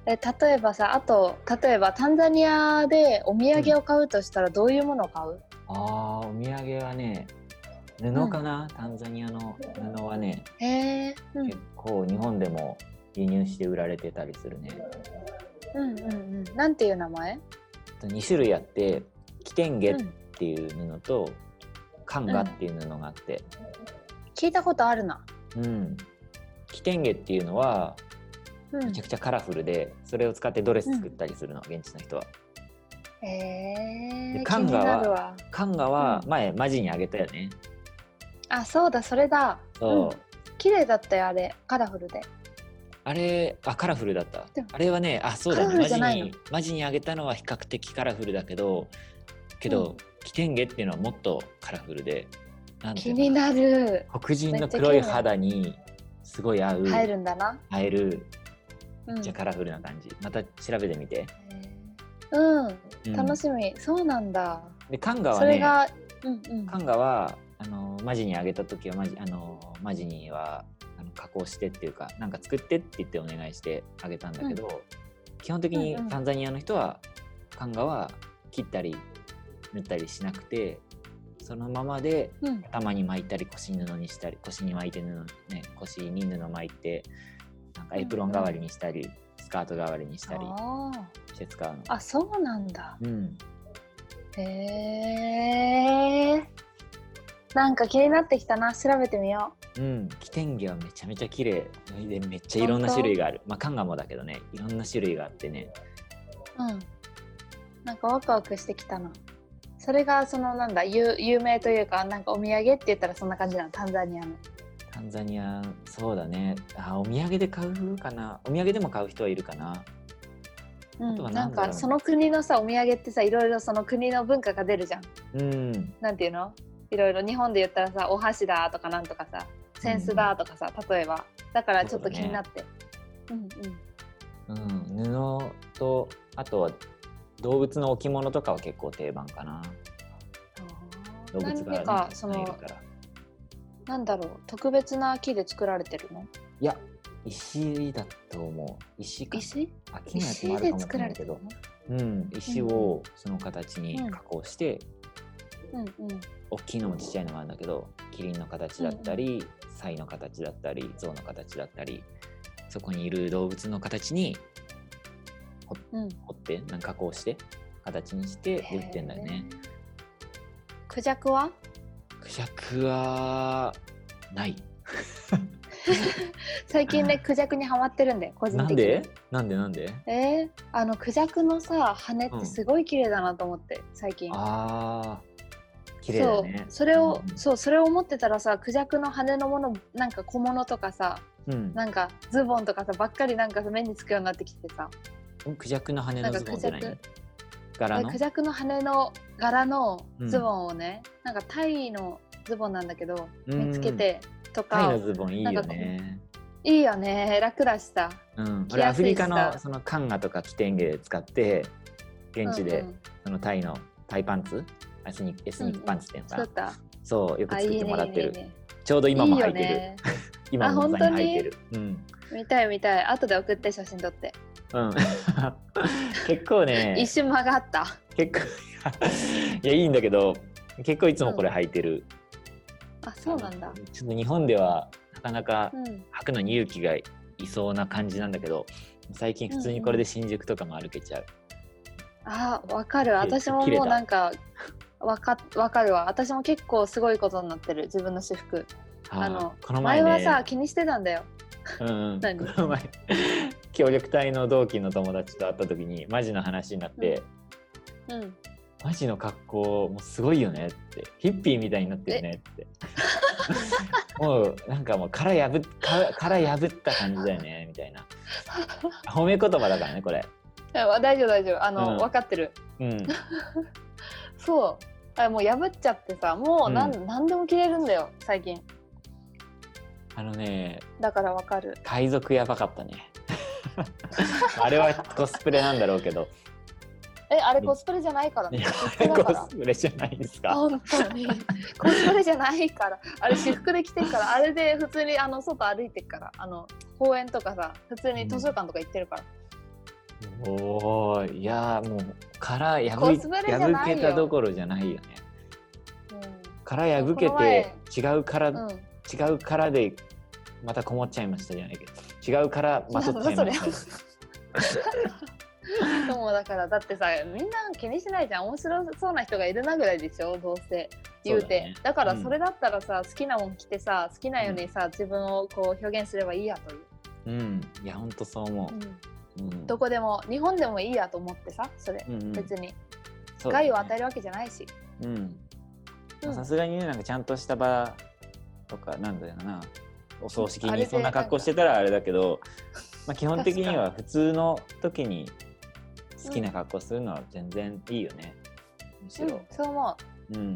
例えばさ、例えばタンザニアでお土産を買うとしたらどういうものを買う？ お土産はね、布かな、タンザニアの布はね、結構日本でも輸入して売られてたりするね。 なんていう名前 ？2種類あって、キテンゲっていう布と、カンガっていう布があって、 聞いたことあるな。 キテンゲっていうのはめちゃくちゃカラフルで、それを使ってドレス作ったりするの、現地の人は。でカンガは前マジにあげたよね。 あ、そうだ、それだ。綺麗だったよ、あれ、カラフルで。 あれ、カラフルだった。あれはね、そうだね、マジにあげたのは比較的カラフルだけど、キテンゲっていうのはもっとカラフルで、 気になる。 黒人の黒い肌にすごい合う、 映えるんだな。 映える、めっちゃカラフルな感じ。また調べてみて。 楽しみ。そうなんだ。 でカンガはね、カンガはマジにあげた時はマジには加工してっていうか、なんか作ってって言ってお願いしてあげたんだけど、基本的にタンザニアの人はカンガは切ったり縫ったりしなくて、そのままで頭に巻いたり腰に布にしたり、腰に巻いて腰に布巻いて、なんかエプロン代わりにしたり、スカート代わりにしたりして使うの。 あ、そうなんだ。なんか気になってきたな。調べてみよう。キテンゲはめちゃめちゃ綺麗で、めっちゃいろんな種類がある。カンガもだけどね、いろんな種類があってね。 なんかワクワクしてきたな。それが有名というか、なんかお土産って言ったらそんな感じなの、タンザニアの。 タンザニア、そうだね。お土産で買うかな。お土産でも買う人はいるかな。 なんかその国のさ、お土産ってさ、いろいろその国の文化が出るじゃん。なんていうの？いろいろ日本で言ったらさ、お箸だとかなんとかさ、センスだとかさ、例えば。だからちょっと気になって。 布と、あとは動物の置物とかは結構定番かな。動物が何かなんだろう、特別な木で作られてるの？ いや、石だと思う。石か。 石で作られてるの？石をその形に加工して、大きいのもちっちゃいのもあるんだけど、キリンの形だったり、サイの形だったり、象の形だったり、そこにいる動物の形に彫って、加工して形にして売ってんだよね。 クジャクは？ クジャクはない最近ね、クジャクにハマってるんだよ、個人的に。 なんでクジャクのさ、羽ってすごい綺麗だなと思って、最近。 綺麗だね。 それを思ってたらさ、クジャクの羽のもの、なんか小物とかさ、なんかズボンとかさばっかりなんか目につくようになってきてさ。 クジャクの羽のズボンじゃない？ クジャクの羽の柄のズボンをね、なんかタイのズボンなんだけど、見つけてとか。 タイのズボンいいよね。 いいよね、楽だしさ。 俺アフリカのそのカンガとかキテンゲ使って現地でそのタイのタイパンツ、エスニックパンツっていうのかな。そうよく作ってもらってる。ちょうど今も履いてる。今もまさに履いてる。 見たい。後で送って写真撮って。 結構ね。 一瞬間があった。 結構いやいいんだけど、結構いつもこれ履いてる。 そうなんだ。 ちょっと日本ではなかなか履くのに勇気がいそうな感じなんだけど、最近普通にこれで新宿とかも歩けちゃう。 わかる。私ももうなんかわかるわ。私も結構すごいことになってる、自分の私服。この前はさ、気にしてたんだよ。 この前協力隊の同期の友達と会った時にマジの話になって、マジの格好もうすごいよねって、ヒッピーみたいになってるねってもうなんかもう殻破った感じだよねみたいな褒め言葉だからねこれ。 大丈夫分かってる。そうもう破っちゃってさ、もう何でも着れるんだよ最近。だから分かる。 海賊やばかったねあれはコスプレなんだろうけど。 あれコスプレじゃないからね。 コスプレじゃないですか。 本当にコスプレじゃないから、あれ私服で着てるから、あれで普通に外歩いてるから、公園とかさ、普通に図書館とか行ってるから。 おー、いやもう殻破けたどころじゃないよね。殻破けて違う殻でまたこもっちゃいましたじゃないけど、違う殻まとっちゃいましたそうだからだってさ、みんな気にしないじゃん。面白そうな人がいるなぐらいでしょ、どうせ言うて。だからそれだったらさ、好きなもん着てさ、好きなようにさ、自分をこう表現すればいいやという。 いやほんとそう思う。 どこでも日本でもいいやと思ってさ、それ、別に害を与えるわけじゃないし。 さすがにね、なんかちゃんとした場とかなんだよな、お葬式にそんな格好してたらあれだけど、基本的には普通の時に好きな格好するのは全然いいよね、むしろ。 そう思う。 い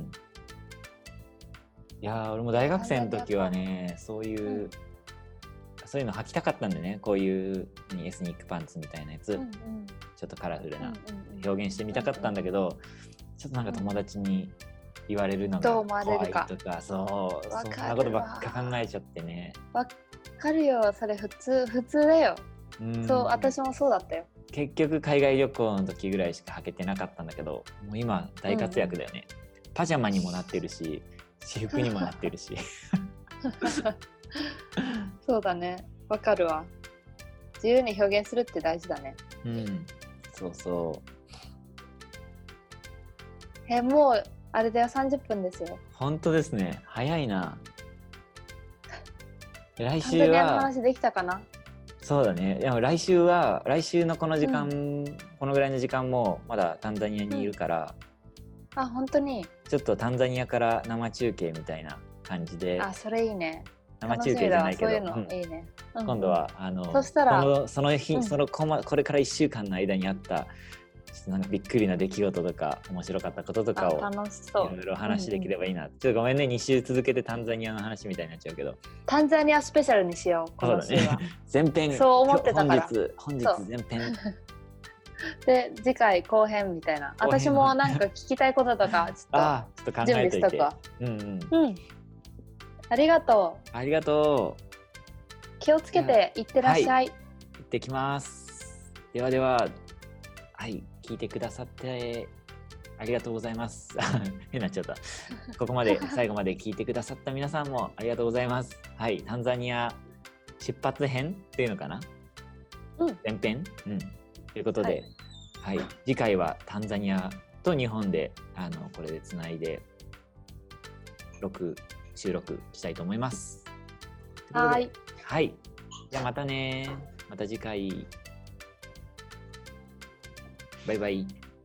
や俺も大学生の時はね、そういうの履きたかったんでね、こういうエスニックパンツみたいなやつ、ちょっとカラフルな表現してみたかったんだけど、ちょっとなんか友達に言われるのが怖いとか、そんなことばっか考えちゃってね。 わかるよ、それ普通だよ。そう、私もそうだったよ。 結局海外旅行の時ぐらいしか履けてなかったんだけど、もう今大活躍だよね。パジャマにもなってるし、私服にもなってるしそうだね、わかるわ。自由に表現するって大事だね。 そうそう。 もうあれだよ、30分ですよ。 本当ですね、早いな。来週はタンザニアの話できたかな。 そうだね。でも来週のこの時間、このぐらいの時間もまだタンザニアにいるから、 本当にちょっとタンザニアから生中継みたいな感じで。 それいいね。 生中継じゃないけど、 そういうのいいね。 今度はそしたらその日、これから1週間の間にあったなんかびっくりな出来事とか面白かったこととかをいろいろ話できればいいな。ちょっとごめんね、2週続けてタンザニアの話みたいになっちゃうけど、 タンザニアスペシャルにしよう。 そうだね。前編、 そう思ってたから。 本日前編で次回後編みたいな。私もなんか聞きたいこととかちょっと準備しとくわ。ありがとう。 ありがとう。 気をつけていってらっしゃい。 行ってきます。ではでは、聞いてくださってありがとうございます。変なっちゃった。ここまで最後まで聞いてくださった皆さんもありがとうございます。タンザニア出発編っていうのかな。前編、ということで、次回はタンザニアと日本でこれでつないで収録したいと思います。じゃあまたね。また次回。バイバイ。